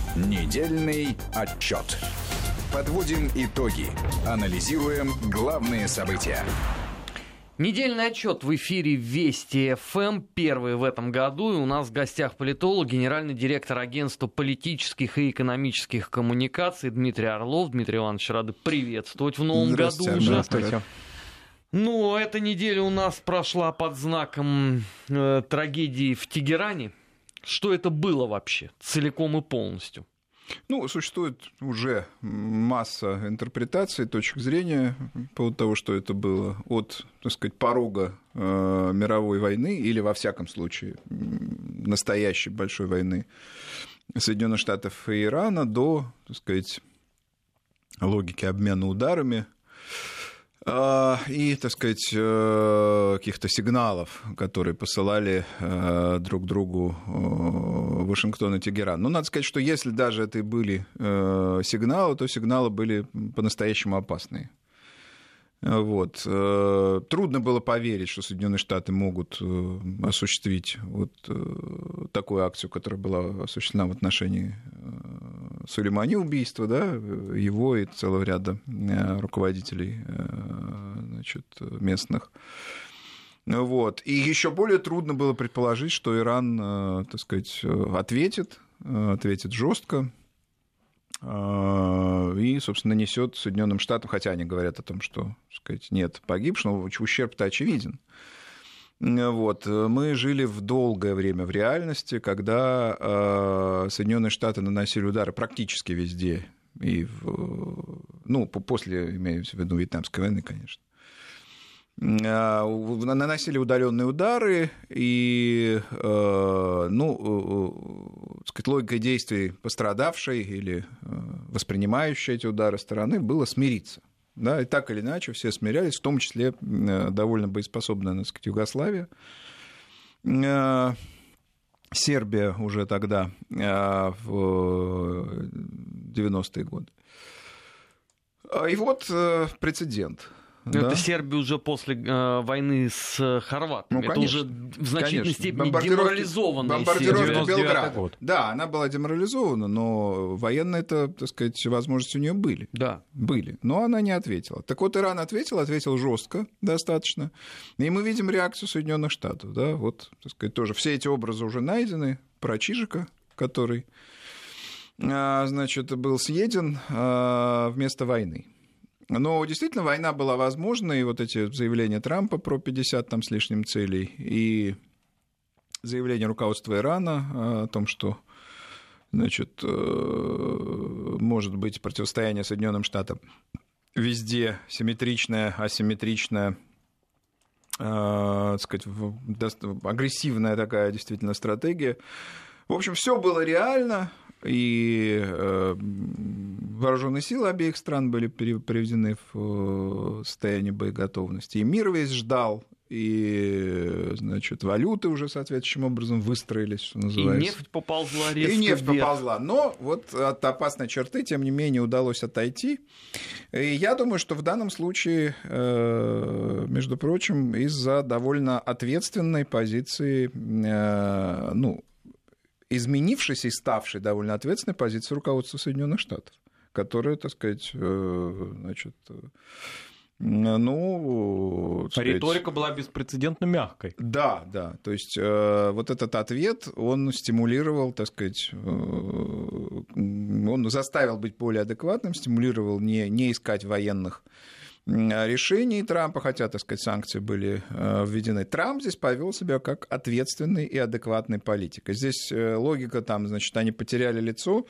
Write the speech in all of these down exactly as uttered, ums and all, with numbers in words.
Недельный отчет. Подводим итоги. Анализируем главные события. Недельный отчет в эфире Вести ФМ, первый в этом году. И у нас в гостях политолог, генеральный директор агентства политических и экономических коммуникаций Дмитрий Орлов. Дмитрий Иванович, рады приветствовать в новом году уже. Здравствуйте. Ну, эта неделя у нас прошла под знаком э, трагедии в Тегеране. Что это было вообще, целиком и полностью? Ну, существует уже масса интерпретаций, точек зрения по поводу того, что это было от, так сказать, порога э, мировой войны или, во всяком случае, настоящей большой войны Соединенных Штатов и Ирана до, так сказать, логики обмена ударами и, так сказать, каких-то сигналов, которые посылали друг другу Вашингтон и Тегеран. Но надо сказать, что если даже это и были сигналы, то сигналы были по-настоящему опасные. Вот. Трудно было поверить, что Соединенные Штаты могут осуществить вот такую акцию, которая была осуществлена в отношении Сулеймани, убийства, да, его и целого ряда руководителей, значит, местных. Вот. И еще более трудно было предположить, что Иран, так сказать, ответит, ответит жестко. И, собственно, нанесет Соединенным Штатам, хотя они говорят о том, что, так сказать, нет погибших, но ущерб-то очевиден. Вот. Мы жили в долгое время в реальности, когда Соединенные Штаты наносили удары практически везде, и в, ну, после, имеется в виду, Вьетнамской войны, конечно. Наносили удаленные удары, и, ну, так сказать, логика действий пострадавшей или воспринимающей эти удары стороны было смириться. Да, и так или иначе все смирялись, в том числе довольно боеспособная, так сказать, Югославия. Сербия уже тогда, в девяностые годы. И вот прецедент. Это да? Сербия уже после э, войны с хорватами. Ну, это уже в значительной конечно. степени деморализованная Бомбардировка Белграда. Да, она была деморализована, но военные, это, так сказать, возможности у нее были. Да. Были. Но она не ответила. Так вот, Иран ответил, ответил жестко достаточно. И мы видим реакцию Соединенных Штатов. Да? Вот, так сказать, тоже все эти образы уже найдены. Про Чижика, который, значит, был съеден вместо войны. Но действительно война была возможна, и вот эти заявления Трампа про пятьдесят там с лишним целей, и заявление руководства Ирана о том, что, значит, может быть противостояние Соединенным Штатам везде симметричное, асимметричное, так сказать, агрессивная такая действительно стратегия. В общем, все было реально. И вооруженные силы обеих стран были приведены в состояние боеготовности. И мир весь ждал, и, значит, валюты уже соответствующим образом выстроились, что называется. И нефть поползла резко И нефть вверх. поползла. Но вот от опасной черты, тем не менее, удалось отойти. И я думаю, что в данном случае, между прочим, из-за довольно ответственной позиции, ну, изменившейся и ставшей довольно ответственной позиции руководства Соединенных Штатов, которое, так сказать, значит, ну... Сказать, риторика была беспрецедентно мягкой. Да, да. То есть вот этот ответ, он стимулировал, так сказать, он заставил быть более адекватным, стимулировал не, не искать военных решений Трампа, хотя, так сказать, санкции были введены. Трамп здесь повел себя как ответственный и адекватный политик. И здесь логика там, значит, они потеряли лицо,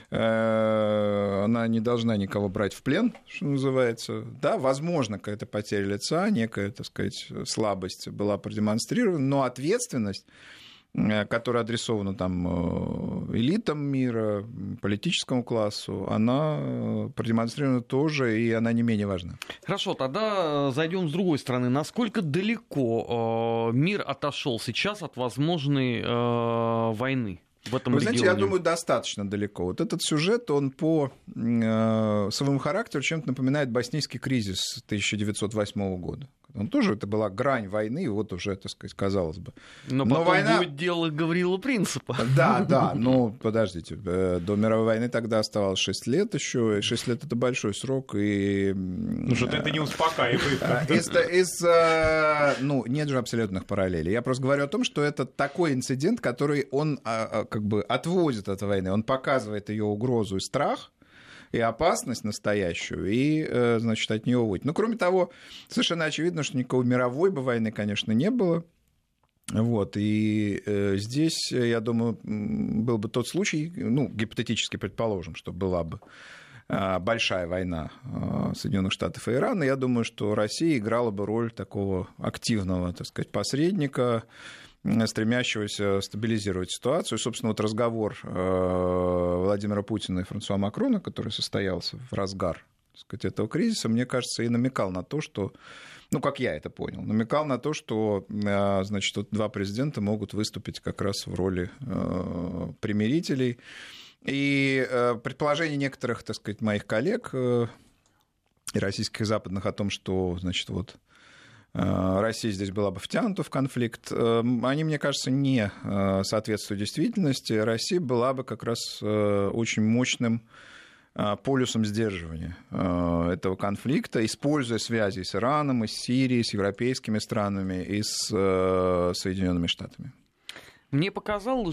она не должна никого брать в плен, что называется. Да, возможно, какая-то потеря лица, некая, так сказать, слабость была продемонстрирована, но ответственность, которая адресована там элитам мира, политическому классу, она продемонстрирована тоже, и она не менее важна. Хорошо, тогда зайдем с другой стороны. Насколько далеко мир отошел сейчас от возможной войны в этом Вы регионе? знаете, я думаю, достаточно далеко. Вот этот сюжет, он по своему характеру чем-то напоминает боснийский кризис тысяча девятьсот восьмого года, Он тоже, это была грань войны, вот уже, так сказать, казалось бы. Но, но потом война... будет дело Гаврила Принципа. Да, да, ну, подождите, до мировой войны тогда оставалось шесть лет еще, шесть лет — это большой срок, и... Ну, что-то это не успокаивает. Из, из, ну, нет же абсолютных параллелей. Я просто говорю о том, что это такой инцидент, который он как бы отводит от войны, он показывает ее угрозу и страх, и опасность настоящую, и, значит, от нее уводит. Ну, кроме того, совершенно очевидно, что никакой мировой бы войны, конечно, не было. Вот, и э, здесь, я думаю, был бы тот случай, ну, гипотетически предположим, что была бы э, большая война э, Соединенных Штатов и Ирана, я думаю, что Россия играла бы роль такого активного, так сказать, посредника, стремящегося стабилизировать ситуацию. И, собственно, вот разговор Владимира Путина и Франсуа Макрона, который состоялся в разгар, так сказать, этого кризиса, мне кажется, и намекал на то, что, ну, как я это понял, намекал на то, что, значит, вот два президента могут выступить как раз в роли примирителей. И предположение некоторых, так сказать, моих коллег, и российских, и западных, о том, что, значит, вот Россия здесь была бы втянута в конфликт, они, мне кажется, не соответствуют действительности. Россия была бы как раз очень мощным полюсом сдерживания этого конфликта, используя связи с Ираном, и с Сирией, с европейскими странами, и с Соединенными Штатами. Мне показалось,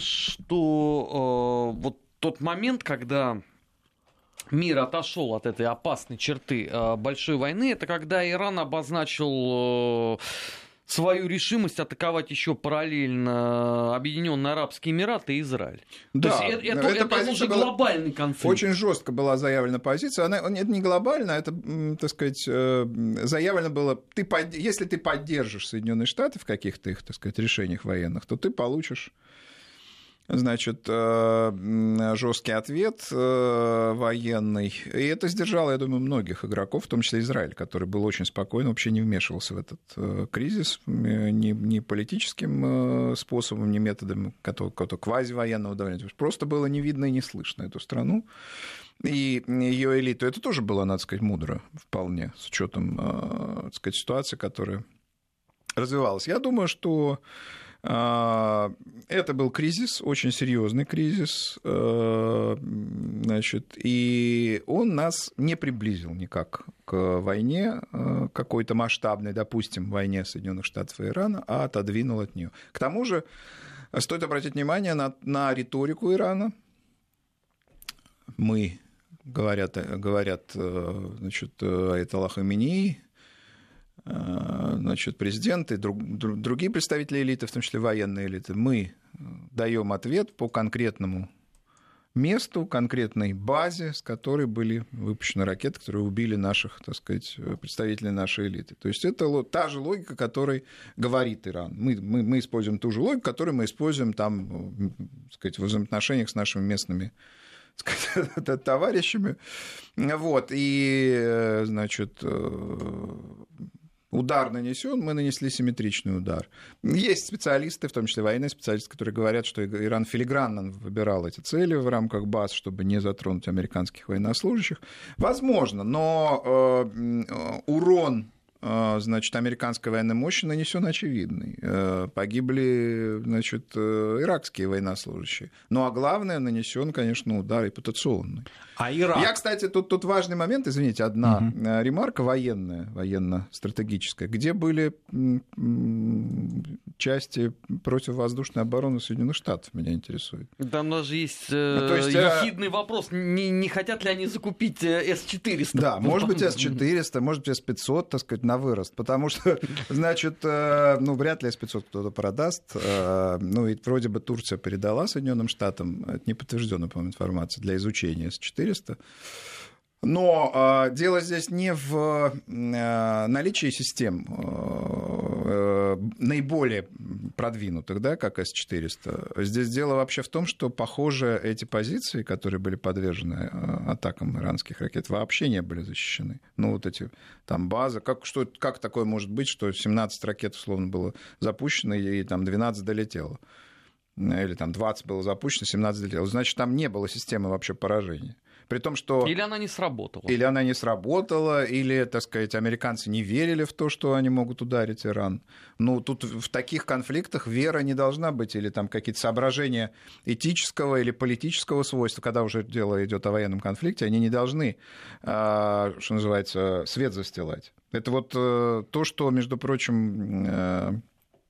что э, вот тот момент, когда мир отошел от этой опасной черты э, большой войны, это когда Иран обозначил э, свою решимость атаковать еще параллельно Объединенные Арабские Эмираты и Израиль. Да, то есть это, это, это уже глобальный конфликт. Очень жестко была заявлена позиция. Она, это не глобально, это, так сказать, заявлено было, ты, если ты поддержишь Соединенные Штаты в каких-то их, так сказать, решениях военных, то ты получишь, значит, жесткий ответ военный. И это сдержало, я думаю, многих игроков, в том числе Израиль, который был очень спокойно, вообще не вмешивался в этот кризис ни, ни политическим способом, ни методом какого-то квазивоенного давления. Просто было не видно и не слышно эту страну. И ее элиту. Это тоже было, надо сказать, мудро вполне, с учетом, так сказать, ситуации, которая развивалась. Я думаю, что это был кризис, очень серьезный кризис, значит, и он нас не приблизил никак к войне, какой-то масштабной, допустим, войне Соединенных Штатов и Ирана, а отодвинул от нее. К тому же стоит обратить внимание на, на риторику Ирана. Мы, говорят, говорят, значит, Аятолла Хаменеи, значит, президенты, друг, друг, другие представители элиты, в том числе военные элиты, мы даем ответ по конкретному месту, конкретной базе, с которой были выпущены ракеты, которые убили наших, так сказать, представителей нашей элиты. То есть это та же логика, которой говорит Иран. Мы, мы, мы используем ту же логику, которую мы используем там, так сказать, в взаимоотношениях с нашими местными, так сказать, товарищами. Вот. И, значит, удар нанесен, мы нанесли симметричный удар. Есть специалисты, в том числе военные специалисты, которые говорят, что Иран филигранно выбирал эти цели в рамках баз, чтобы не затронуть американских военнослужащих. Возможно, но э, урон, э, значит, американской военной мощи нанесен очевидный. Э, погибли, значит, э, иракские военнослужащие. Ну а главное, нанесен, конечно, удар репутационный. А Ирак? Я, кстати, тут, тут важный момент, извините, одна угу. ремарка военная, военно-стратегическая, где были части противовоздушной обороны Соединенных Штатов, меня интересует. Там даже есть, э, То есть ехидный а... вопрос, не, не хотят ли они закупить эс четыреста? Да, может быть, эс четыреста, может быть, эс пятьсот, так сказать, на вырост, потому что, значит, ну, вряд ли эс пятьсот кто-то продаст, ну, и вроде бы Турция передала Соединенным Штатам, это не подтвержденная, по-моему, информация, для изучения эс четыреста. Но э, дело здесь не в э, наличии систем э, наиболее продвинутых, да, как эс четыреста. Здесь дело вообще в том, что, похоже, эти позиции, которые были подвержены э, атакам иранских ракет, вообще не были защищены. Ну, вот эти там базы. Как, что, как такое может быть, что семнадцать ракет, условно, было запущено, и там двенадцать долетело? или там двадцать было запущено, семнадцать долетело. Значит, там не было системы вообще поражения. При том, что... Или она не сработала. Или она не сработала, или, так сказать, американцы не верили в то, что они могут ударить Иран. Ну, тут в таких конфликтах вера не должна быть, или там какие-то соображения этического или политического свойства, когда уже дело идет о военном конфликте, они не должны, что называется, свет застилать. Это вот то, что, между прочим,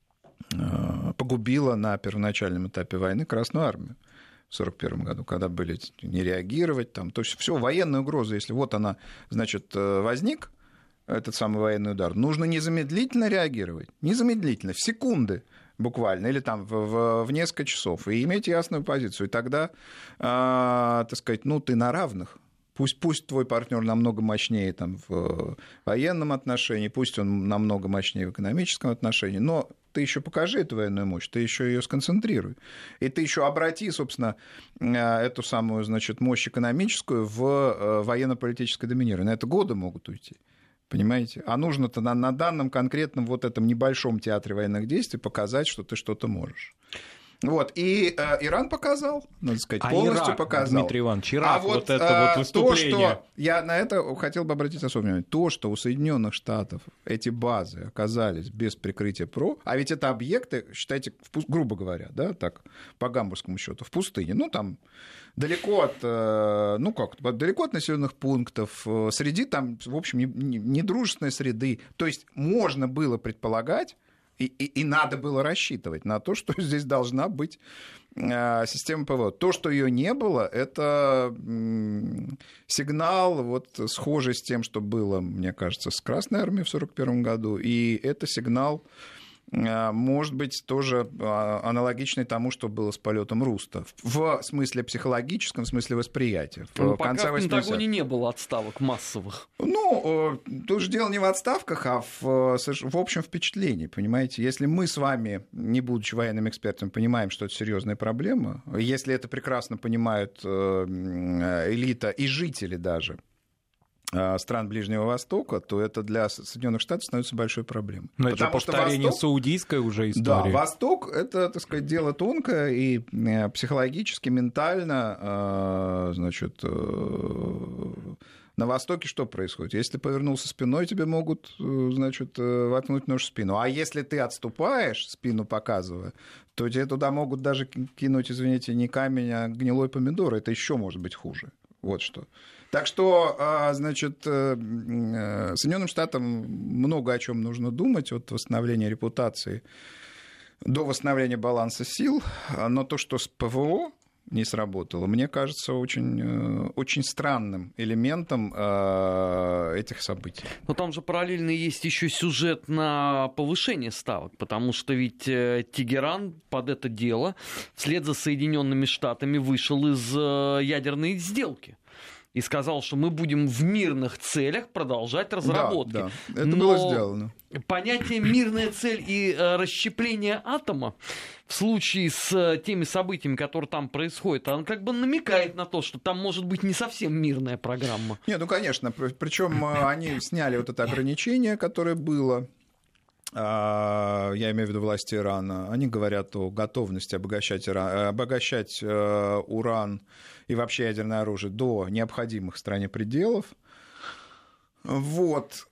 погубило на первоначальном этапе войны Красную армию. В сорок первом году, когда были не реагировать, там, то есть все, военная угроза, если вот она, значит, возник, этот самый военный удар, нужно незамедлительно реагировать, незамедлительно, в секунды буквально, или там в, в, в несколько часов, и иметь ясную позицию, и тогда, э, так сказать, ну, ты на равных. Пусть, пусть твой партнер намного мощнее там, в военном отношении, пусть он намного мощнее в экономическом отношении, но ты еще покажи эту военную мощь, ты еще ее сконцентрируй. И ты еще обрати, собственно, эту самую, значит, мощь экономическую в военно-политическое доминирование. На это годы могут уйти. Понимаете? А нужно-то на, на данном конкретном вот этом небольшом театре военных действий показать, что ты что-то можешь. Вот, и э, Иран показал, надо сказать, а полностью Ирак, показал. Дмитрий Иванович, Ирак, а вот, вот это э, вот выступление. То, что я на это хотел бы обратить особое внимание, то, что у Соединенных Штатов эти базы оказались без прикрытия ПРО, а ведь это объекты, считайте, в, грубо говоря, да, так, по гамбургскому счету, в пустыне, ну, там, далеко от, э, ну, как, далеко от населенных пунктов, э, среди там, в общем, недружественной среды, то есть можно было предполагать, И, и, и надо было рассчитывать на то, что здесь должна быть э, система ПВО. То, что ее не было, это м, сигнал, вот, схожий с тем, что было, мне кажется, с Красной армией в сорок первом году. И это сигнал, э, может быть, тоже э, аналогичный тому, что было с полетом Руста. В смысле психологическом, в смысле восприятия. В ну, конце пока в Пентагоне не было отставок массовых. Ну, тут же дело не в отставках, а в, в общем впечатлении, понимаете? Если мы с вами, не будучи военным экспертом, понимаем, что это серьезная проблема, если это прекрасно понимают элита и жители даже стран Ближнего Востока, то это для Соединенных Штатов становится большой проблемой. Но это же повторение Восток... саудийской уже истории. Да, Восток — это, так сказать, дело тонкое, и психологически, ментально, значит, на Востоке что происходит? Если ты повернулся спиной, тебе могут, значит, воткнуть нож в спину. А если ты отступаешь, спину показывая, то тебе туда могут даже кинуть, извините, не камень, а гнилой помидор. Это еще может быть хуже. Вот что. Так что, значит, Соединенным Штатам много о чем нужно думать от восстановления репутации до восстановления баланса сил. Но то, что с ПВО не сработало, мне кажется, очень, очень странным элементом этих событий. Но там же параллельно есть еще сюжет на повышение ставок, потому что ведь Тегеран под это дело вслед за Соединенными Штатами вышел из ядерной сделки. И сказал, что мы будем в мирных целях продолжать разработки. Да, да. Это Но было сделано. Понятие «мирная цель» и расщепление атома в случае с теми событиями, которые там происходят, оно как бы намекает на то, что там может быть не совсем мирная программа. Нет, ну, конечно. Причем они сняли вот это ограничение, которое было. Я имею в виду власти Ирана. Они говорят о готовности обогащать, Иран, обогащать уран и вообще ядерное оружие до необходимых стране пределов. Вот.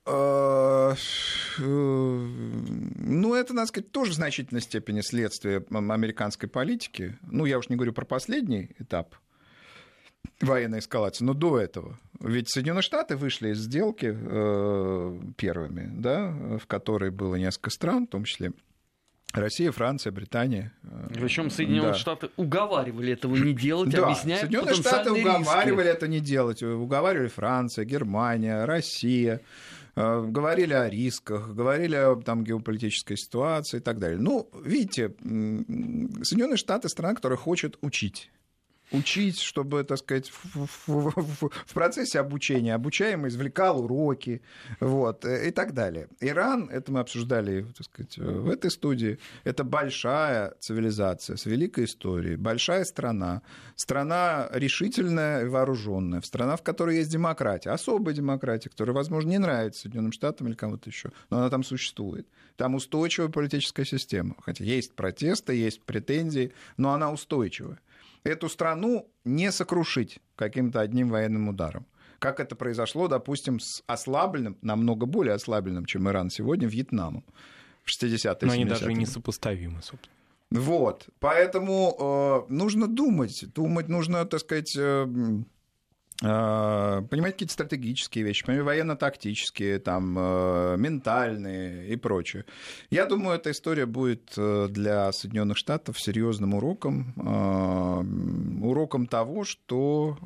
Ну, это, надо сказать, тоже в значительной степени следствие американской политики. Ну, я уж не говорю про последний этап военной эскалации, но до этого. Ведь Соединенные Штаты вышли из сделки э, первыми, да, в которой было несколько стран, в том числе Россия, Франция, Британия. Причем Соединенные да. Штаты уговаривали этого не делать, да, объясняя Соединенные Штаты потенциальные уговаривали риски. это не делать. Уговаривали Франция, Германия, Россия. Говорили о рисках, говорили о там, геополитической ситуации и так далее. Ну, видите, Соединенные Штаты — страна, которая хочет учить. учить, чтобы, так сказать, в, в, в, в процессе обучения обучаемый извлекал уроки, вот, и так далее. Иран, это мы обсуждали, так сказать, в этой студии, это большая цивилизация с великой историей, большая страна, страна решительная и вооруженная, страна, в которой есть демократия, особая демократия, которая, возможно, не нравится Соединенным Штатам или кому-то еще, но она там существует. Там устойчивая политическая система, хотя есть протесты, есть претензии, но она устойчивая. Эту страну не сокрушить каким-то одним военным ударом. Как это произошло, допустим, с ослабленным, намного более ослабленным, чем Иран сегодня, Вьетнамом в шестидесятые, семидесятые. Но они даже и несопоставимы, собственно. Вот. Поэтому э, нужно думать. Думать нужно, так сказать... Э, понимать какие-то стратегические вещи, военно-тактические, там, ментальные и прочее. Я думаю, эта история будет для Соединенных Штатов серьезным уроком, уроком того, что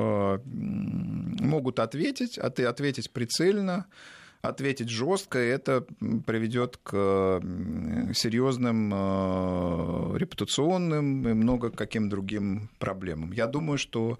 могут ответить, ответить прицельно, ответить жестко, и это приведет к серьезным репутационным и много каким другим проблемам. Я думаю, что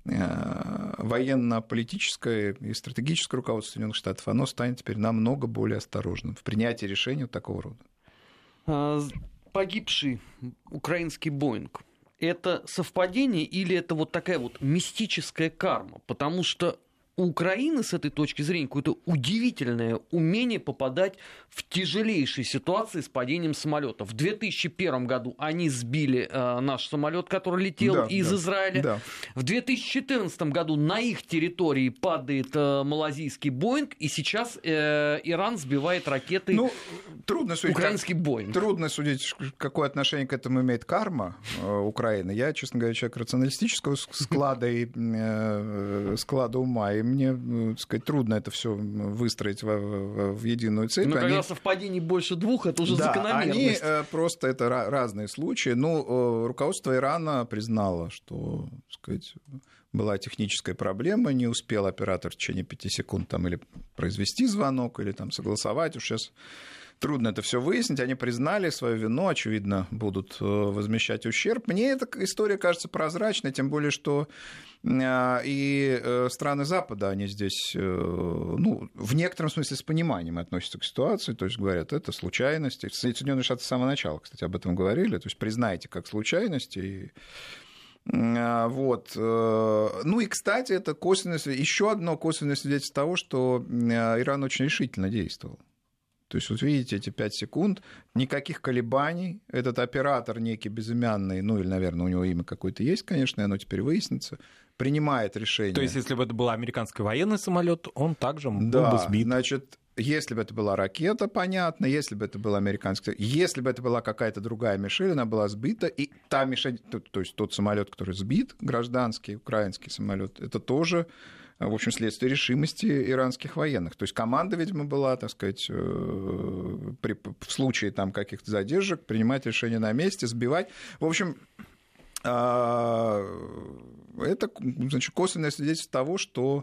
военно-политическое и стратегическое руководство Соединенных Штатов, оно станет теперь намного более осторожным в принятии решений вот такого рода. Погибший украинский Боинг — это совпадение или это вот такая вот мистическая карма? Потому что у Украины с этой точки зрения какое-то удивительное умение попадать в тяжелейшие ситуации с падением самолета. В две тысячи первом году они сбили э, наш самолет, который летел да, из да, Израиля. Да. В две тысячи четырнадцатом году на их территории падает э, малазийский Боинг, и сейчас э, Иран сбивает ракеты ну, трудно судить, украинский как, Боинг. Трудно судить, какое отношение к этому имеет карма э, Украины. Я, честно говоря, человек рационалистического склада и э, склада ума, и мне, так сказать, трудно это все выстроить в, в, в единую цепь. Но когда они... совпадений больше двух, это уже да, закономерность. Они просто, это разные случаи. Ну, руководство Ирана признало, что, так сказать, была техническая проблема, не успел оператор в течение пяти секунд там, или произвести звонок, или там, согласовать. Уж сейчас трудно это все выяснить. Они признали свою вину, очевидно, будут возмещать ущерб. Мне эта история кажется прозрачной, тем более, что и страны Запада, они здесь, ну, в некотором смысле с пониманием относятся к ситуации, то есть говорят, это случайность. Соединенные Штаты с самого начала, кстати, об этом говорили, то есть признайте как случайность. И... Вот. Ну и, кстати, это косвенное, еще одно косвенное свидетельство того, что Иран очень решительно действовал. То есть, вот видите, эти пять секунд, никаких колебаний, этот оператор некий безымянный, ну или, наверное, у него имя какое-то есть, конечно, и оно теперь выяснится, принимает решение. То есть, если бы это был американский военный самолет, он также был да, бы сбит. Значит, если бы это была ракета, понятно, если бы это был американский, если бы это была какая-то другая мишень, она была сбита, и та мишень, то, то есть тот самолет, который сбит, гражданский украинский самолет, это тоже, в общем, следствие решимости иранских военных. То есть команда, видимо, была, так сказать, при, в случае там каких-то задержек принимать решение на месте, сбивать. В общем, это, значит, косвенное свидетельство того, что,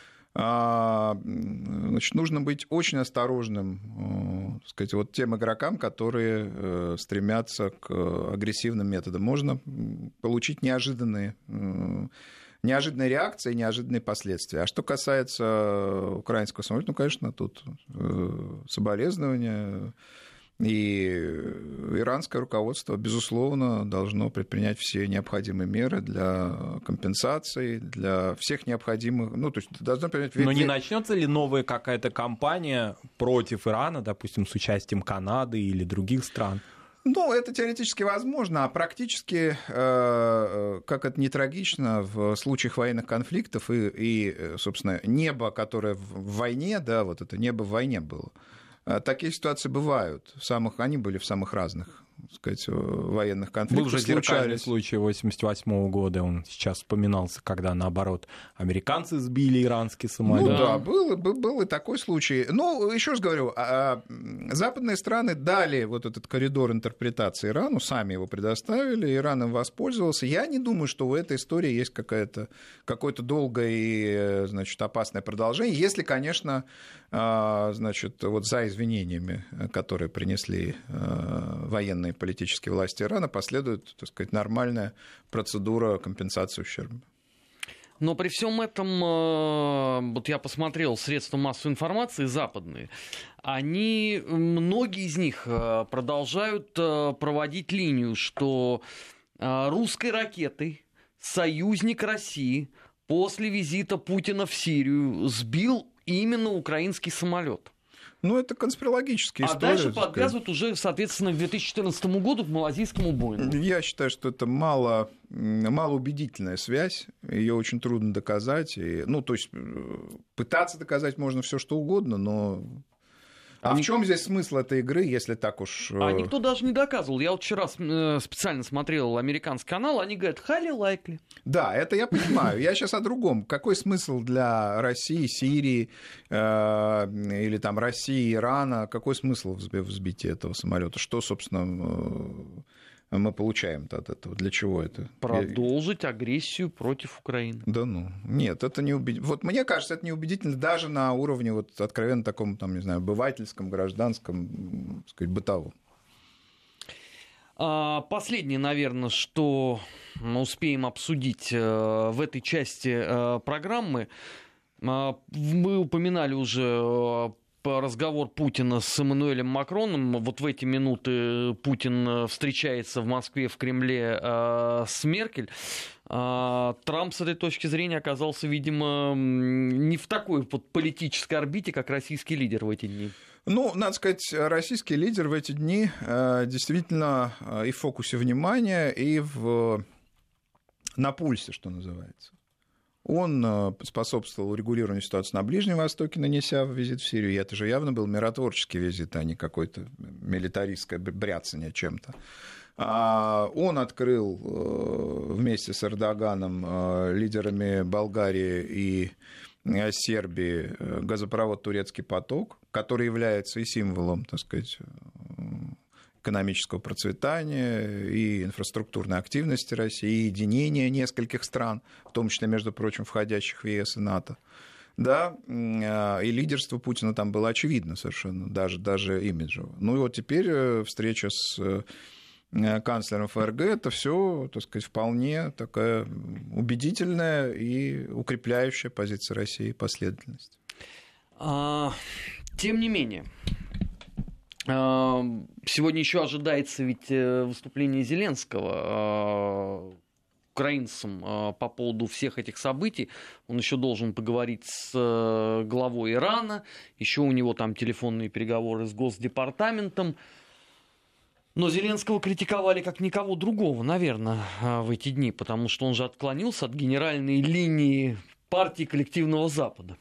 значит, нужно быть очень осторожным, так сказать, вот тем игрокам, которые стремятся к агрессивным методам. Можно получить неожиданные неожиданные реакции, неожиданные последствия. А что касается украинского самолета, ну, конечно, тут соболезнования. И иранское руководство, безусловно, должно предпринять все необходимые меры для компенсации, для всех необходимых... Ну, то есть должно принять... Но не начнется ли новая какая-то кампания против Ирана, допустим, с участием Канады или других стран? Ну, это теоретически возможно, а практически, как это не трагично, в случаях военных конфликтов и, и собственно, небо, которое в войне, да, вот это небо в войне было, такие ситуации бывают. В самых, они были в самых разных, так сказать, военных конфликтах. Был же зеркальный случай восемьдесят восьмого года, он сейчас вспоминался, когда, наоборот, американцы сбили иранский самолет. Ну да, был, был, был и такой случай. Ну, еще раз говорю, западные страны дали вот этот коридор интерпретации Ирану, сами его предоставили, Иран им воспользовался. Я не думаю, что в этой истории есть какая-то, какое-то долгое и, значит, опасное продолжение, если, конечно, значит, вот за извинениями, которые принесли военные изменят политические власти Ирана, последует, так сказать, нормальная процедура компенсации ущерба. Но при всем этом, вот я посмотрел средства массовой информации западные, они, многие из них продолжают проводить линию, что русской ракетой союзник России после визита Путина в Сирию сбил именно украинский самолет. Ну, это конспирологические а истории. А дальше подвязывают уже, соответственно, к две тысячи четырнадцатому году к малазийскому Боингу. Я считаю, что это мало, малоубедительная связь. Ее очень трудно доказать. И, ну, то есть пытаться доказать можно все что угодно, но... А, а в чем здесь смысл этой игры, если так уж... А никто даже не доказывал. Я вот вчера специально смотрел американский канал, они говорят, highly likely. Да, это я понимаю. Я сейчас о другом. Какой смысл для России, Сирии э, или там России, Ирана, какой смысл в взбитии этого самолета? Что, собственно, мы получаем-то от этого? Для чего это? Продолжить агрессию против Украины. Да ну, нет, это не убедительно. Вот мне кажется, это не убедительно даже на уровне вот откровенно таком, там, не знаю, обывательском, гражданском, так сказать, бытовом. Последнее, наверное, что мы успеем обсудить в этой части программы. Мы упоминали уже разговор Путина с Эммануэлем Макроном. Вот в эти минуты Путин встречается в Москве, в Кремле э, с Меркель. Э, Трамп с этой точки зрения оказался, видимо, не в такой вот политической орбите, как российский лидер в эти дни. Ну, надо сказать, российский лидер в эти дни э, действительно и в фокусе внимания, и в, на пульсе, что называется. Он способствовал урегулированию ситуации на Ближнем Востоке, нанеся визит в Сирию. И это же явно был миротворческий визит, а не какое-то милитаристское бряцание чем-то. Он открыл вместе с Эрдоганом, лидерами Болгарии и Сербии, газопровод «Турецкий поток», который является и символом, так сказать, экономического процветания и инфраструктурной активности России, и единения нескольких стран, в том числе, между прочим, входящих в ЕС и НАТО. Да, и лидерство Путина там было очевидно совершенно, даже, даже имиджево. Ну и вот теперь встреча с канцлером ФРГ, это все, так сказать, вполне такая убедительная и укрепляющая позиция России последовательность. А, тем не менее, сегодня еще ожидается ведь выступление Зеленского украинцам по поводу всех этих событий. Он еще должен поговорить с главой Ирана, еще у него там телефонные переговоры с Госдепартаментом. Но Зеленского критиковали как никого другого, наверное, в эти дни, потому что он же отклонился от генеральной линии партии коллективного Запада.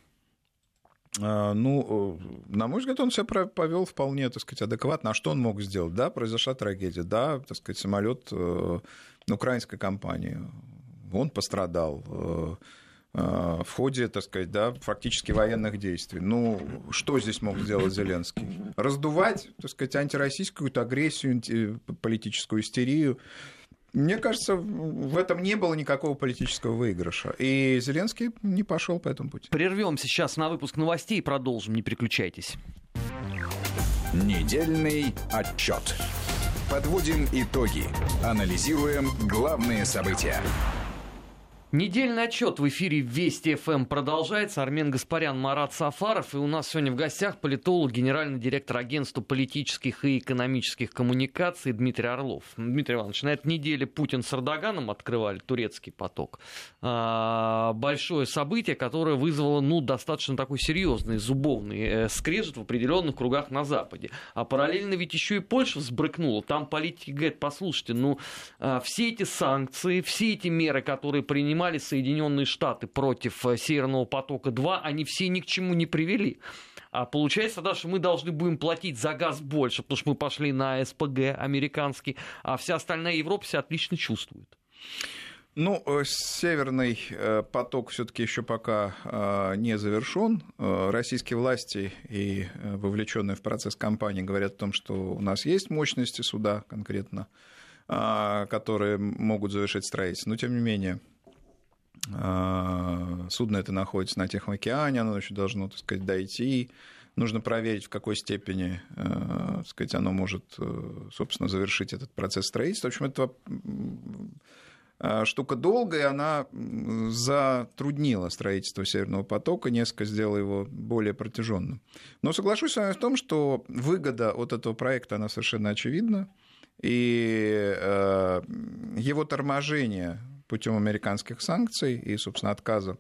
Ну, на мой взгляд, он себя повел вполне, так сказать, адекватно. А что он мог сделать? Да, произошла трагедия, да, так сказать, самолет украинской компании, он пострадал в ходе, так сказать, да, фактически военных действий. Ну, что здесь мог сделать Зеленский? Раздувать, так сказать, антироссийскую агрессию, политическую истерию. Мне кажется, в этом не было никакого политического выигрыша. И Зеленский не пошел по этому пути. Прервемся сейчас на выпуск новостей и продолжим. Не переключайтесь. Недельный отчет. Подводим итоги. Анализируем главные события. Недельный отчет в эфире Вести ФМ продолжается. Армен Гаспарян, Марат Сафаров. И у нас сегодня в гостях политолог, генеральный директор агентства политических и экономических коммуникаций Дмитрий Орлов. Дмитрий Иванович, на этой неделе Путин с Эрдоганом открывали турецкий поток. Большое событие, которое вызвало ну, достаточно такой серьезный зубовный скрежет в определенных кругах на Западе. А параллельно ведь еще и Польша взбрыкнула. Там политики говорят, послушайте, ну все эти санкции, все эти меры, которые принимали Соединенные Штаты против Северного потока-два, они все ни к чему не привели. А получается тогда, что мы должны будем платить за газ больше, потому что мы пошли на СПГ американский, а вся остальная Европа себя отлично чувствует. Ну, Северный поток все-таки еще пока не завершен. Российские власти и вовлеченные в процесс кампании говорят о том, что у нас есть мощности суда конкретно, которые могут завершить строительство. Но тем не менее, судно это находится на Тихом океане, оно еще должно, так сказать, дойти Нужно проверить, в какой степени, так сказать, оно может, собственно, завершить этот процесс строительства. В общем, это штука долгая, и она затруднила строительство Северного потока, несколько сделала его более протяженным. Но соглашусь с вами в том, что выгода от этого проекта, она совершенно очевидна, и его торможение путем американских санкций и, собственно, отказа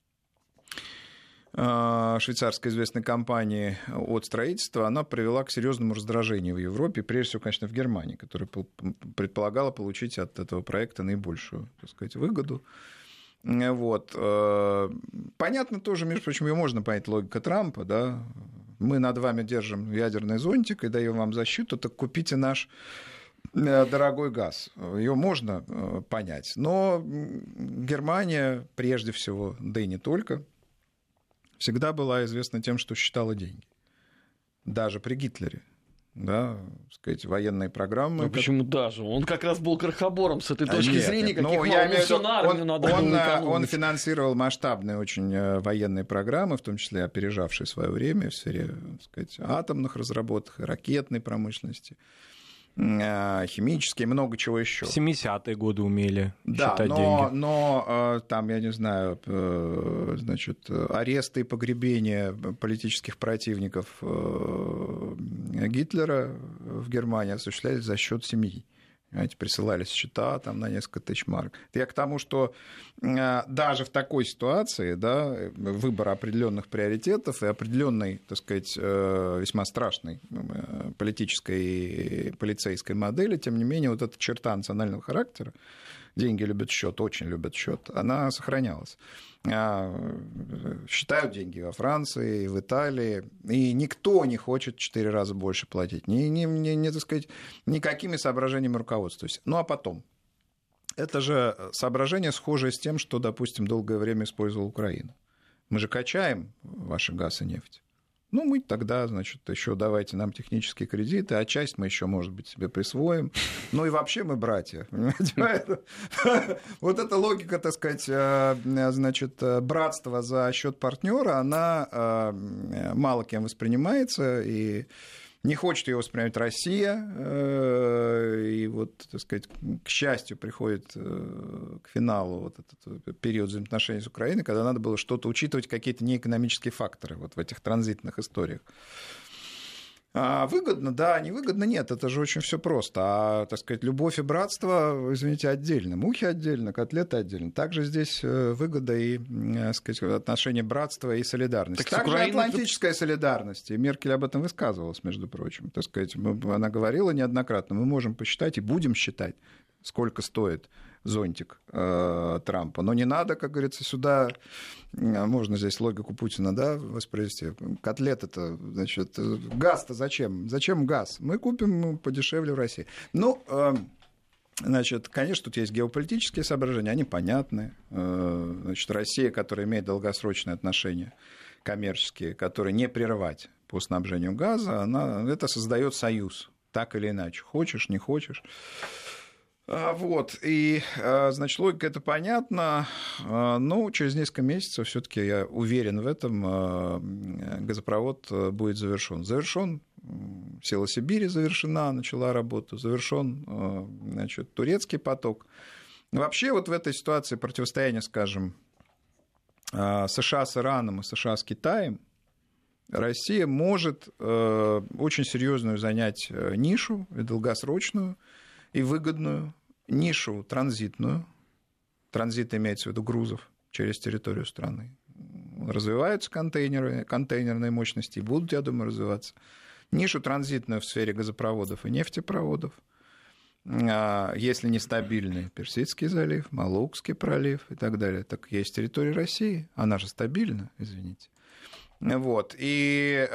швейцарской известной компании от строительства, она привела к серьезному раздражению в Европе, прежде всего, конечно, в Германии, которая предполагала получить от этого проекта наибольшую, так сказать, выгоду. Вот. Понятно тоже, между прочим, ее можно понять, логика Трампа, да, мы над вами держим ядерный зонтик и даем вам защиту, так купите наш дорогой газ. Ее можно понять. Но Германия, прежде всего, да и не только, всегда была известна тем, что считала деньги. Даже при Гитлере. Да, так сказать, военные программы. Ну, почему даже? Он как раз был крохобором с этой точки нет, зрения, каких ну, мало, ну, все на армию он, надо он, было экономить. Он финансировал масштабные очень военные программы, в том числе опережавшие свое время в сфере, так сказать, атомных разработок, ракетной промышленности, химические, много чего еще. В семидесятые годы умели да, считать но, деньги. но там, я не знаю, значит, аресты и погребения политических противников Гитлера в Германии осуществлялись за счет семьи. Понимаете, присылались счета там, на несколько тысяч марок. Я к тому, что даже в такой ситуации, да, выбора определенных приоритетов и определенной, так сказать, весьма страшной политической и полицейской модели, тем не менее, вот эта черта национального характера, деньги любят счет, очень любят счет, она сохранялась. Считают деньги во Франции, в Италии, и никто не хочет четыре раза больше платить. Ни, ни, ни, ни, так сказать, никакими соображениями руководствуясь. Ну а потом, это же соображение схожее с тем, что, допустим, долгое время использовала Украина. Мы же качаем ваши газ и нефть. Ну, мы тогда, значит, еще давайте нам технические кредиты, а часть мы еще, может быть, себе присвоим. Ну и вообще мы братья, понимаете? Вот эта логика, так сказать, значит, братства за счет партнера, она мало кем воспринимается, и не хочет ее воспринимать Россия, и вот, так сказать, к счастью, приходит к финалу вот этот период взаимоотношений с Украиной, когда надо было что-то учитывать, какие-то неэкономические факторы вот в этих транзитных историях. А выгодно, да, невыгодно, нет, это же очень все просто. А, так сказать, любовь и братство, извините, отдельно, мухи отдельно, котлеты отдельно. Также здесь выгода и, так сказать, отношение братства и солидарности. Так Также Украина... атлантическая солидарность, и Меркель об этом высказывалась, между прочим. Так сказать, она говорила неоднократно, мы можем посчитать и будем считать, сколько стоит зонтик э, Трампа. Но не надо, как говорится, сюда, можно здесь логику Путина, да, воспроизвести. Котлеты-то, значит, газ-то зачем? Зачем газ? Мы купим подешевле в России. Ну, э, значит, конечно, тут есть геополитические соображения, они понятны. Э, значит, Россия, которая имеет долгосрочные отношения коммерческие, которые не прервать по снабжению газа, она, это создает союз, так или иначе. Хочешь, не хочешь. Вот, и, значит, логика это понятна, но через несколько месяцев, все-таки я уверен в этом, газопровод будет завершен. Завершен, Сила Сибири завершена, начала работу, завершен, значит, турецкий поток. Вообще вот в этой ситуации противостояния, скажем, США с Ираном и США с Китаем, Россия может очень серьезную занять нишу, долгосрочную, и выгодную нишу транзитную. Транзит имеется в виду грузов через территорию страны. Развиваются контейнеры, контейнерные мощности, и будут, я думаю, развиваться. Нишу транзитную в сфере газопроводов и нефтепроводов. Если нестабильный Персидский залив, Малукский пролив и так далее, так есть территория России. Она же стабильна, извините. Вот. И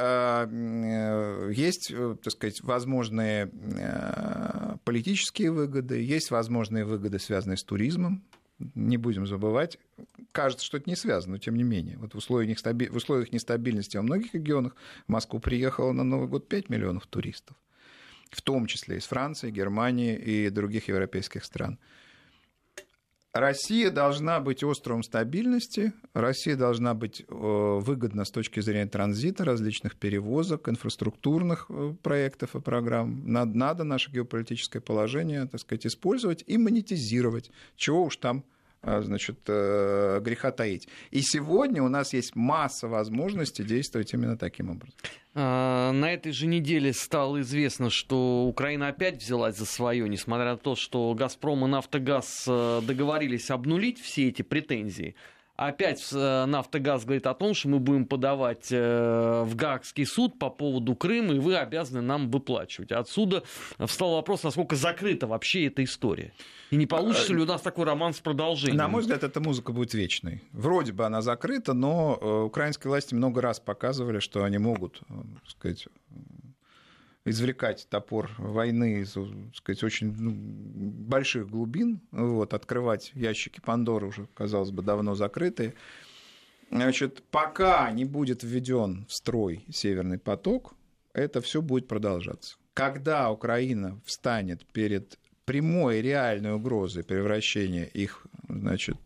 э, есть, так сказать, возможные э, политические выгоды, есть возможные выгоды, связанные с туризмом. Не будем забывать. Кажется, что это не связано, но тем не менее. Вот в условиях, в условиях нестабильности во многих регионах в Москву приехало на Новый год пять миллионов туристов, в том числе из Франции, Германии и других европейских стран. Россия должна быть островом стабильности, Россия должна быть выгодна с точки зрения транзита, различных перевозок, инфраструктурных проектов и программ. Надо, надо наше геополитическое положение, так сказать, использовать и монетизировать, чего уж там, значит, греха таить. И сегодня у нас есть масса возможностей действовать именно таким образом. На этой же неделе стало известно, что Украина опять взялась за свое, несмотря на то, что «Газпром» и «Нафтогаз» договорились обнулить все эти претензии. Опять «Нафтогаз» говорит о том, что мы будем подавать в Гаагский суд по поводу Крыма, и вы обязаны нам выплачивать. Отсюда встал вопрос, насколько закрыта вообще эта история. И не получится ли у нас такой роман с продолжением? На мой взгляд, эта музыка будет вечной. Вроде бы она закрыта, но украинские власти много раз показывали, что они могут, так сказать, извлекать топор войны из, так сказать, очень ну, больших глубин, вот, открывать ящики Пандоры, уже, казалось бы, давно закрытые. Значит, пока не будет введен в строй Северный поток, это все будет продолжаться. Когда Украина встанет перед прямой реальной угрозой превращения их, значит,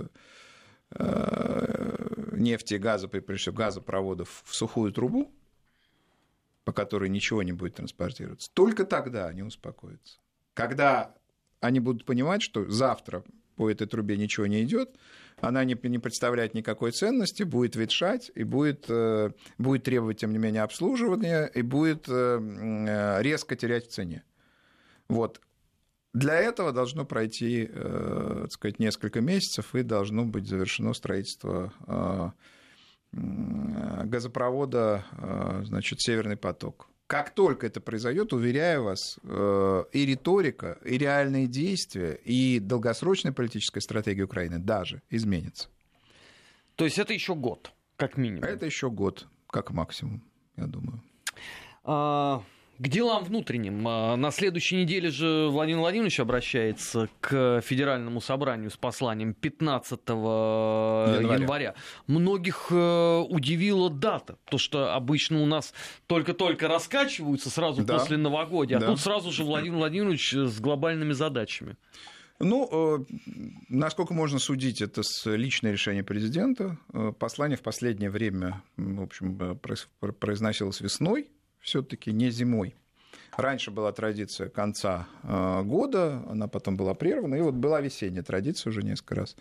нефти и газа, прежде всего газопроводов, в сухую трубу, по которой ничего не будет транспортироваться, только тогда они успокоятся. Когда они будут понимать, что завтра по этой трубе ничего не идет, она не, не представляет никакой ценности, будет ветшать и будет, э, будет требовать, тем не менее, обслуживания и будет э, резко терять в цене. Вот. Для этого должно пройти, э, так сказать, несколько месяцев, и должно быть завершено строительство э, газопровода, значит, «Северный поток». Как только это произойдет, уверяю вас, и риторика, и реальные действия, и долгосрочная политическая стратегия Украины даже изменится. То есть это еще год, как минимум? Это еще год, как максимум, я думаю. А... К делам внутренним. На следующей неделе же Владимир Владимирович обращается к Федеральному собранию с посланием пятнадцатого января. января. Многих удивила дата, потому что обычно у нас только-только раскачиваются сразу да. после новогодия, а да. тут сразу же Владимир Владимирович с глобальными задачами. Ну, насколько можно судить, это личное решение президента. Послание в последнее время, в общем, произносилось весной, все-таки не зимой. Раньше была традиция конца года, она потом была прервана, и вот была весенняя традиция уже несколько раз.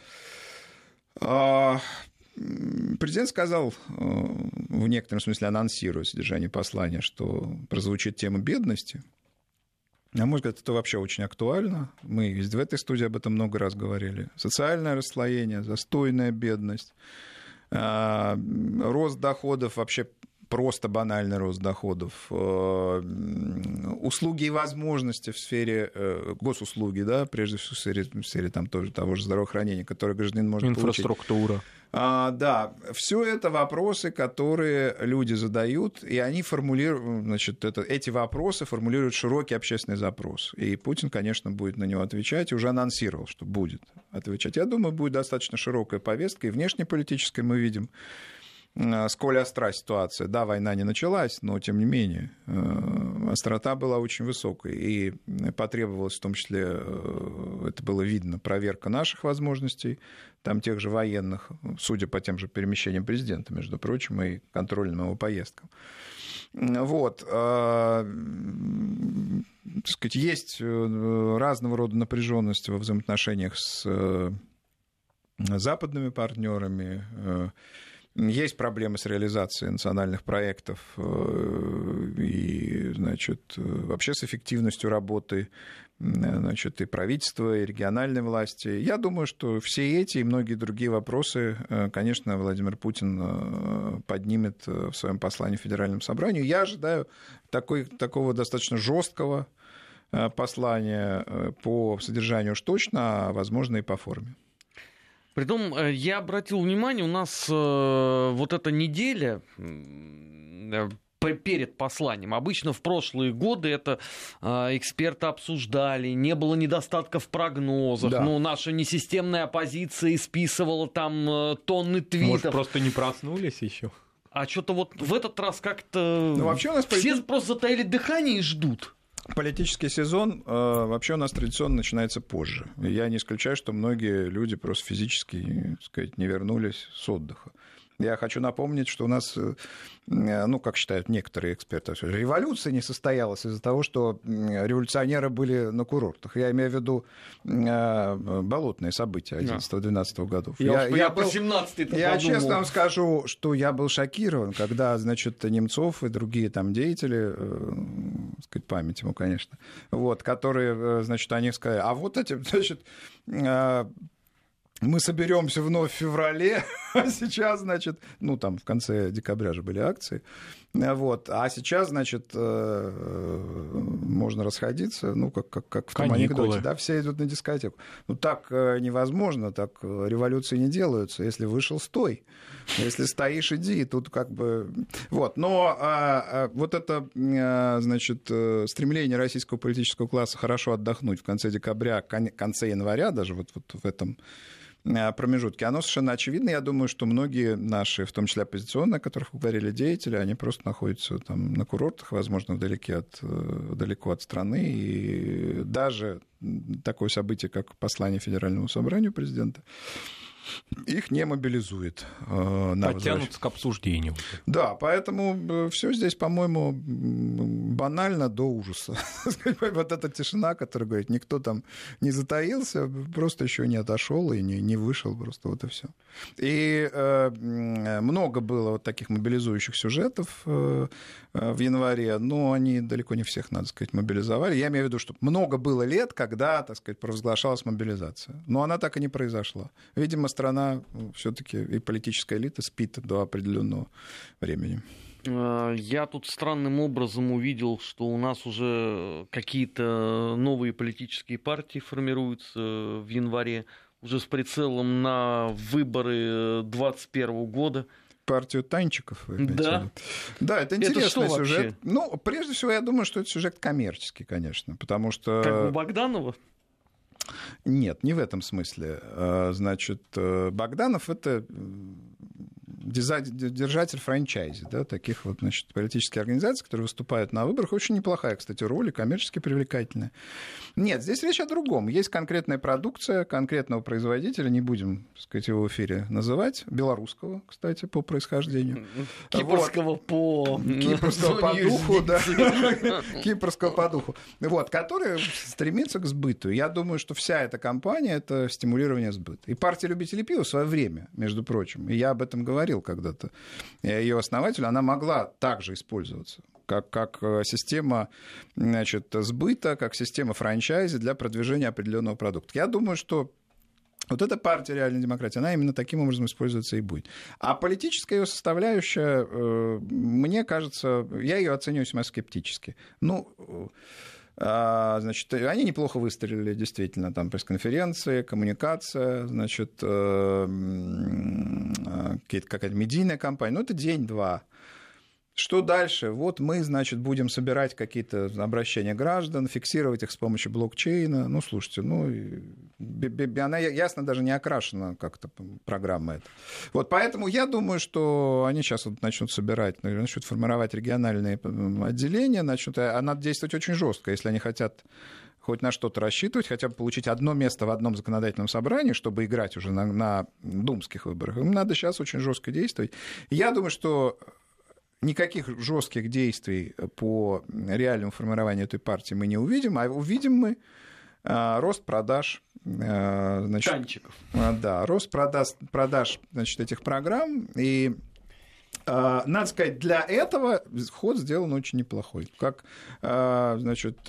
Президент сказал, в некотором смысле анонсируя содержание послания, что прозвучит тема бедности. На мой взгляд, это вообще очень актуально. Мы в этой студии об этом много раз говорили. Социальное расслоение, застойная бедность, рост доходов вообще, просто банальный рост доходов, услуги и возможности в сфере госуслуги, да, прежде всего в сфере, в сфере там, тоже, того же здравоохранения, которое гражданин может получить. Инфраструктура. А, да, все это вопросы, которые люди задают, и они формулируют, значит, это, эти вопросы формулируют широкий общественный запрос. И Путин, конечно, будет на него отвечать, и уже анонсировал, что будет отвечать. Я думаю, будет достаточно широкая повестка, и внешнеполитической мы видим, сколь остра ситуация. Да, война не началась, но, тем не менее, острота была очень высокой. И потребовалась, в том числе, это было видно, проверка наших возможностей, там тех же военных, судя по тем же перемещениям президента, между прочим, и контрольным его поездкам. Вот. Так сказать, есть разного рода напряженность во взаимоотношениях с западными партнерами. Есть проблемы с реализацией национальных проектов и, значит, вообще с эффективностью работы, значит, и правительства, и региональной власти. Я думаю, что все эти и многие другие вопросы, конечно, Владимир Путин поднимет в своем послании Федеральному собранию. Я ожидаю такой, такого достаточно жесткого послания по содержанию уж точно, а возможно и по форме. Притом, я обратил внимание, у нас э, вот эта неделя э, перед посланием, обычно в прошлые годы это э, эксперты обсуждали, не было недостатков в прогнозах, да. ну, наша несистемная оппозиция исписывала там э, тонны твитов. Может, просто не проснулись еще? А что-то вот в этот раз как-то ну, вообще у нас все полит... просто затаили дыхание и ждут. Политический сезон э, вообще у нас традиционно начинается позже. Я не исключаю, что многие люди просто физически, так сказать, не вернулись с отдыха. Я хочу напомнить, что у нас, ну, как считают некоторые эксперты, революция не состоялась из-за того, что революционеры были на курортах. Я имею в виду болотные события одиннадцатого-двенадцатого годов. Я, я, я, я, был, я честно вам скажу, что я был шокирован, когда, значит, Немцов и другие там деятели, так сказать, память ему, конечно, вот, которые, значит, они сказали, а вот эти, значит, мы соберемся вновь в феврале, а сейчас, значит, ну, там в конце декабря же были акции, вот, а сейчас, значит, можно расходиться, ну, как, как, как в том анекдоте, да, все идут на дискотеку. Ну, так невозможно, так революции не делаются. Если вышел, стой. Если стоишь, иди. Тут как бы... Вот, но а, а, вот это, а, значит, стремление российского политического класса хорошо отдохнуть в конце декабря, кон- конце января, даже вот, вот в этом промежутке, оно совершенно очевидно. Я думаю, что многие наши, в том числе оппозиционные, о которых вы говорили, деятели, они просто находятся там на курортах, возможно, вдалеке от, далеко от страны. И даже такое событие, как послание Федеральному собранию президента, их не мобилизует. Э, Подтянутся к обсуждению. Да, поэтому все здесь, по-моему, банально до ужаса. Вот эта тишина, которая говорит, никто там не затаился, просто еще не отошел и не, не вышел, просто вот и все. И э, много было вот таких мобилизующих сюжетов э, в январе, но они далеко не всех, надо сказать, мобилизовали. Я имею в виду, что много было лет, когда, так сказать, провозглашалась мобилизация. Но она так и не произошла. Видимо, страна все-таки и политическая элита спит до определенного времени. Я тут странным образом увидел, что у нас уже какие-то новые политические партии формируются в январе, уже с прицелом на выборы двадцать первого года. Партию танчиков, вы имеете в виду? Да. Да, это интересный это сюжет. Вообще? Ну, прежде всего, я думаю, что это сюжет коммерческий, конечно, потому что... Как у Богданова? Нет, не в этом смысле. Значит, Богданов — это держатель франчайзи, да, таких вот, значит, политических организаций, которые выступают на выборах. Очень неплохая, кстати, роль, и коммерчески привлекательная. Нет, здесь речь о другом. Есть конкретная продукция конкретного производителя, не будем, так сказать, его в эфире называть, белорусского, кстати, по происхождению. Кипрского вот. по... Кипрского по духу, да. Кипрского по духу. Вот, который стремится к сбыту. Я думаю, что вся эта кампания — это стимулирование сбыта. И партия любителей пива в свое время, между прочим, и я об этом говорил когда-то, ее основатель, она могла также использоваться как, как система, значит, сбыта, как система франчайзи для продвижения определенного продукта. Я думаю, что вот эта партия реальной демократии, она именно таким образом используется и будет. А политическая ее составляющая, мне кажется, я ее оцениваю весьма скептически. Ну... Значит, они неплохо выстрелили, действительно, там пресс-конференции, коммуникация, значит, какая-то медийная кампания, ну, это день-два. Что дальше? Вот мы, значит, будем собирать какие-то обращения граждан, фиксировать их с помощью блокчейна. Ну, слушайте, ну, она ясно даже не окрашена как-то программа эта. Вот поэтому я думаю, что они сейчас вот начнут собирать, начнут формировать региональные отделения, начнут, а надо действовать очень жестко, если они хотят хоть на что-то рассчитывать, хотя бы получить одно место в одном законодательном собрании, чтобы играть уже на, на думских выборах. Им надо сейчас очень жестко действовать. Я думаю, что никаких жестких действий по реальному формированию этой партии мы не увидим, а увидим мы а, рост продаж, а, значит, танчиков. А, да, рост продаж, продаж, значит, этих программ. И а, надо сказать, для этого ход сделан очень неплохой. Как, а, значит,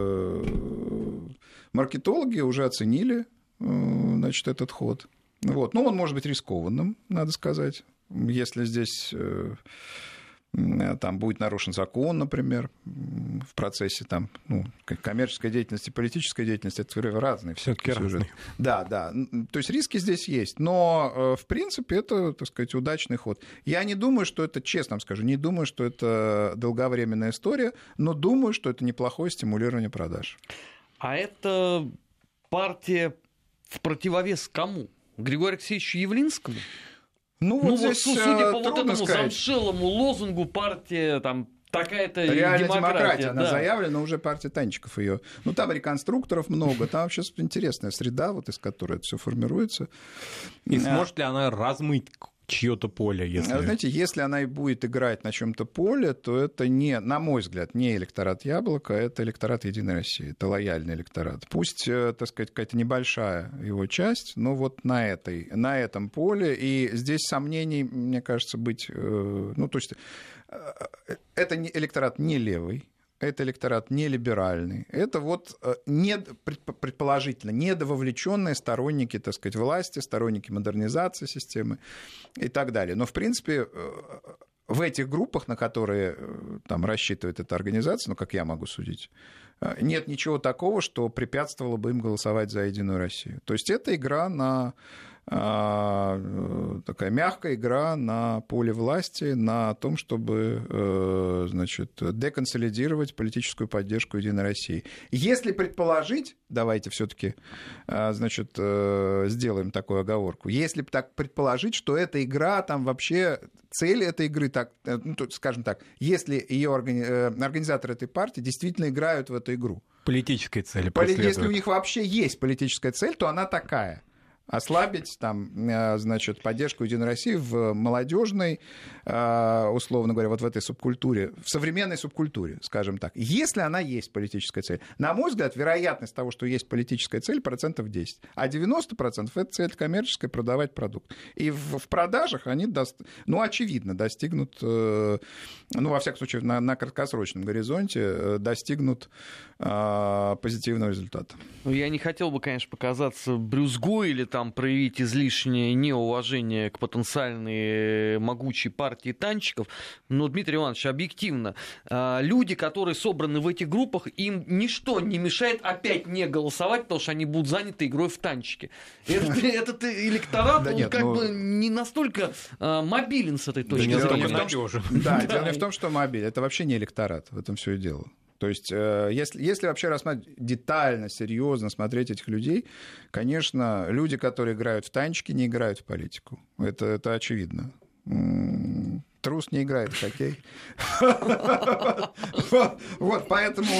маркетологи уже оценили, значит, этот ход. Вот. Ну, он может быть рискованным, надо сказать, если здесь там будет нарушен закон, например, в процессе там, ну, коммерческой деятельности, политической деятельности, это разные все-таки сюжеты. Да, да. То есть риски здесь есть, но в принципе это, так сказать, удачный ход. Я не думаю, что это, честно вам скажу, не думаю, что это долговременная история, но думаю, что это неплохое стимулирование продаж. А это партия в противовес кому? Григорию Алексеевичу Явлинскому? Ну, вот ну здесь вот, судя по вот этому сказать. замшелому лозунгу, партия там Такая-то реальная демократия, демократия, она да. заявлена, уже партия танчиков ее. Ну, там реконструкторов много, там вообще интересная среда, вот из которой это все формируется. И сможет ли она размыть чье-то поле, если... Знаете, если она и будет играть на чем-то поле, то это не, на мой взгляд, не электорат Яблока, это электорат Единой России, это лояльный электорат. Пусть, так сказать, какая-то небольшая его часть, но вот на, этой, на этом поле, и здесь сомнений, мне кажется, быть... Ну, то есть это не, электорат не левый, это электорат не либеральный, это вот не, предположительно недововлеченные сторонники, так сказать, власти, сторонники модернизации системы и так далее. Но, в принципе, в этих группах, на которые там рассчитывает эта организация, ну, как я могу судить, нет ничего такого, что препятствовало бы им голосовать за Единую Россию. То есть это игра на... такая мягкая игра на поле власти, на том, чтобы, значит, деконсолидировать политическую поддержку Единой России. Если предположить, давайте все-таки, значит, сделаем такую оговорку, если так предположить, что эта игра, там вообще цель этой игры, так, ну, скажем так, если ее организаторы этой партии действительно играют в эту игру. Политической цели преследуют. Если у них вообще есть политическая цель, то она такая. Ослабить там, значит, поддержку Единой России в молодежной, условно говоря, вот в этой субкультуре, в современной субкультуре, скажем так. Если она есть политическая цель. На мой взгляд, вероятность того, что есть политическая цель, процентов десять. А девяносто процентов это цель коммерческая, продавать продукт. И в, в продажах они, даст, ну, очевидно, достигнут, ну, во всяком случае, на, на краткосрочном горизонте достигнут а, позитивного результата. Ну, я не хотел бы, конечно, показаться брюзгой или там проявить излишнее неуважение к потенциальной могучей партии танчиков, но, Дмитрий Иванович, объективно, люди, которые собраны в этих группах, им ничто не мешает опять не голосовать, потому что они будут заняты игрой в танчики. Этот электорат, он как бы не настолько мобилен с этой точки зрения. Да, дело не в том, что мобилен, это вообще не электорат, в этом все и дело. То есть, если, если вообще рассматривать детально, серьезно смотреть этих людей, конечно, люди, которые играют в танчики, не играют в политику. Это, это очевидно. Трус не играет в хоккей. Вот, поэтому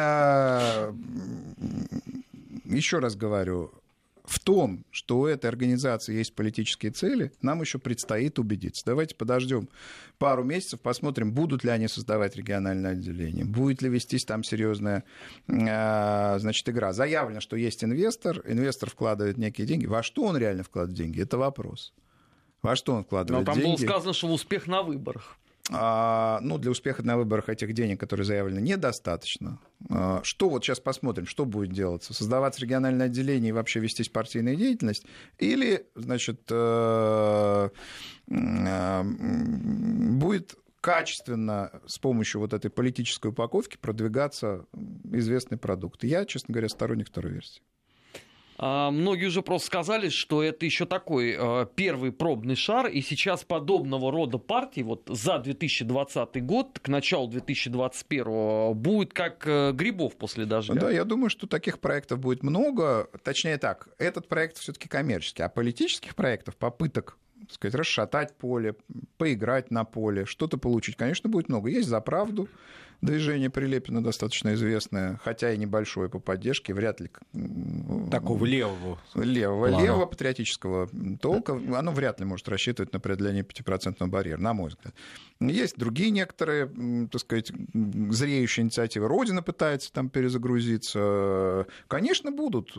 еще раз говорю, в том, что у этой организации есть политические цели, нам еще предстоит убедиться. Давайте подождем пару месяцев, посмотрим, будут ли они создавать региональное отделение, будет ли вестись там серьезная, значит, игра. Заявлено, что есть инвестор, инвестор вкладывает некие деньги. Во что он реально вкладывает деньги? Это вопрос. Во что он вкладывает деньги? Но там было сказано, что успех на выборах. А, ну, для успеха на выборах этих денег, которые заявлены, недостаточно. А, что вот сейчас посмотрим, что будет делаться? Создаваться региональное отделение и вообще вестись партийная деятельность? Или, значит, э, э, будет качественно с помощью вот этой политической упаковки продвигаться известный продукт? Я, честно говоря, сторонник второй версии. Многие уже просто сказали, что это еще такой э, первый пробный шар, и сейчас подобного рода партии вот за две тысячи двадцатый год, к началу две тысячи двадцать первого, будет как э, грибов после дождя. Да, я думаю, что таких проектов будет много. Точнее так, этот проект все-таки коммерческий, а политических проектов, попыток, так сказать, расшатать поле, поиграть на поле, что-то получить, конечно, будет много. Есть «За правду», движение Прилепина достаточно известное, хотя и небольшое по поддержке, вряд ли... Такого левого. Левого, левого патриотического толка, оно вряд ли может рассчитывать на преодоление пятипроцентного барьера, на мой взгляд. Есть другие некоторые, так сказать, зреющие инициативы. Родина пытается там перезагрузиться. Конечно, будут.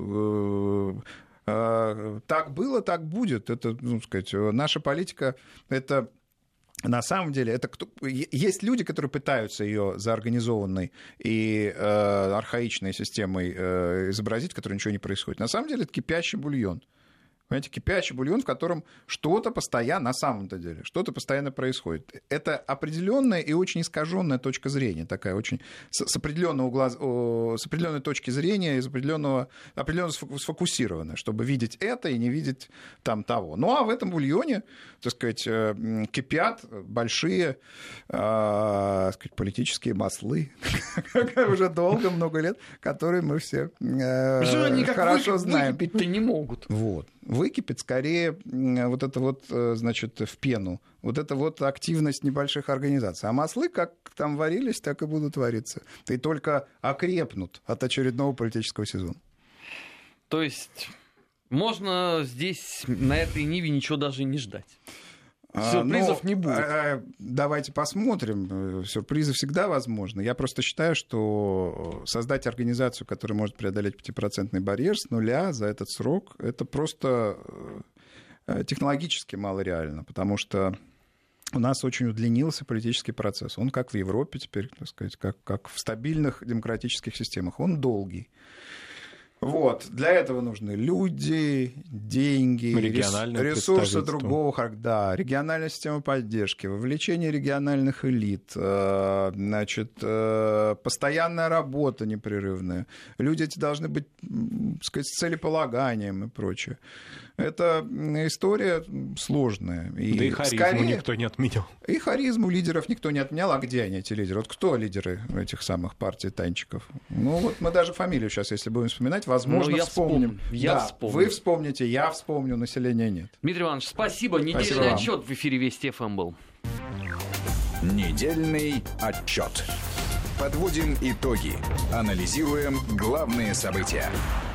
Так было, так будет. Это, ну, сказать, наша политика — это... На самом деле, это кто... есть люди, которые пытаются ее заорганизованной и э, архаичной системой э, изобразить, в которой ничего не происходит. На самом деле, это кипящий бульон. Понимаете, кипящий бульон, в котором что-то постоянно, на самом-то деле, что-то постоянно происходит. Это определенная и очень искаженная точка зрения, такая очень с, с, определенного угла, с определенной точки зрения, из определенного, определенно сфокусированная, чтобы видеть это и не видеть там того. Ну, а в этом бульоне, так сказать, кипят большие, так сказать, политические маслы, уже долго, много лет, которые мы все хорошо знаем. Выкипеть-то не могут. Вот. Выкипит скорее вот это вот, значит, в пену. Вот это вот активность небольших организаций. А маслы как там варились, так и будут вариться. И только окрепнут от очередного политического сезона. То есть можно здесь, на этой ниве, ничего даже не ждать? Сюрпризов ну, не будет. Давайте посмотрим. Сюрпризы всегда возможны. Я просто считаю, что создать организацию, которая может преодолеть пятипроцентный барьер с нуля за этот срок, это просто технологически малореально, потому что у нас очень удлинился политический процесс. Он как в Европе теперь, так сказать, как, как в стабильных демократических системах. Он долгий. Вот. Для этого нужны люди, деньги, ресурсы другого характера, да, региональная система поддержки, вовлечение региональных элит, значит, постоянная работа непрерывная. Люди эти должны быть, так сказать, с целеполаганием и прочее. Это история сложная. И да и харизму скорее... никто не отменял. И харизму лидеров никто не отменял. А где они, эти лидеры? Вот кто лидеры этих самых партий танчиков? Ну вот мы даже фамилию сейчас, если будем вспоминать, возможно, я вспомним. Вспомню. Я да, вспомню. Вы вспомните, я вспомню, населения нет. Дмитрий Иванович, спасибо. Недельный спасибо отчет в эфире Вести ФМ был. Недельный отчет. Подводим итоги. Анализируем главные события.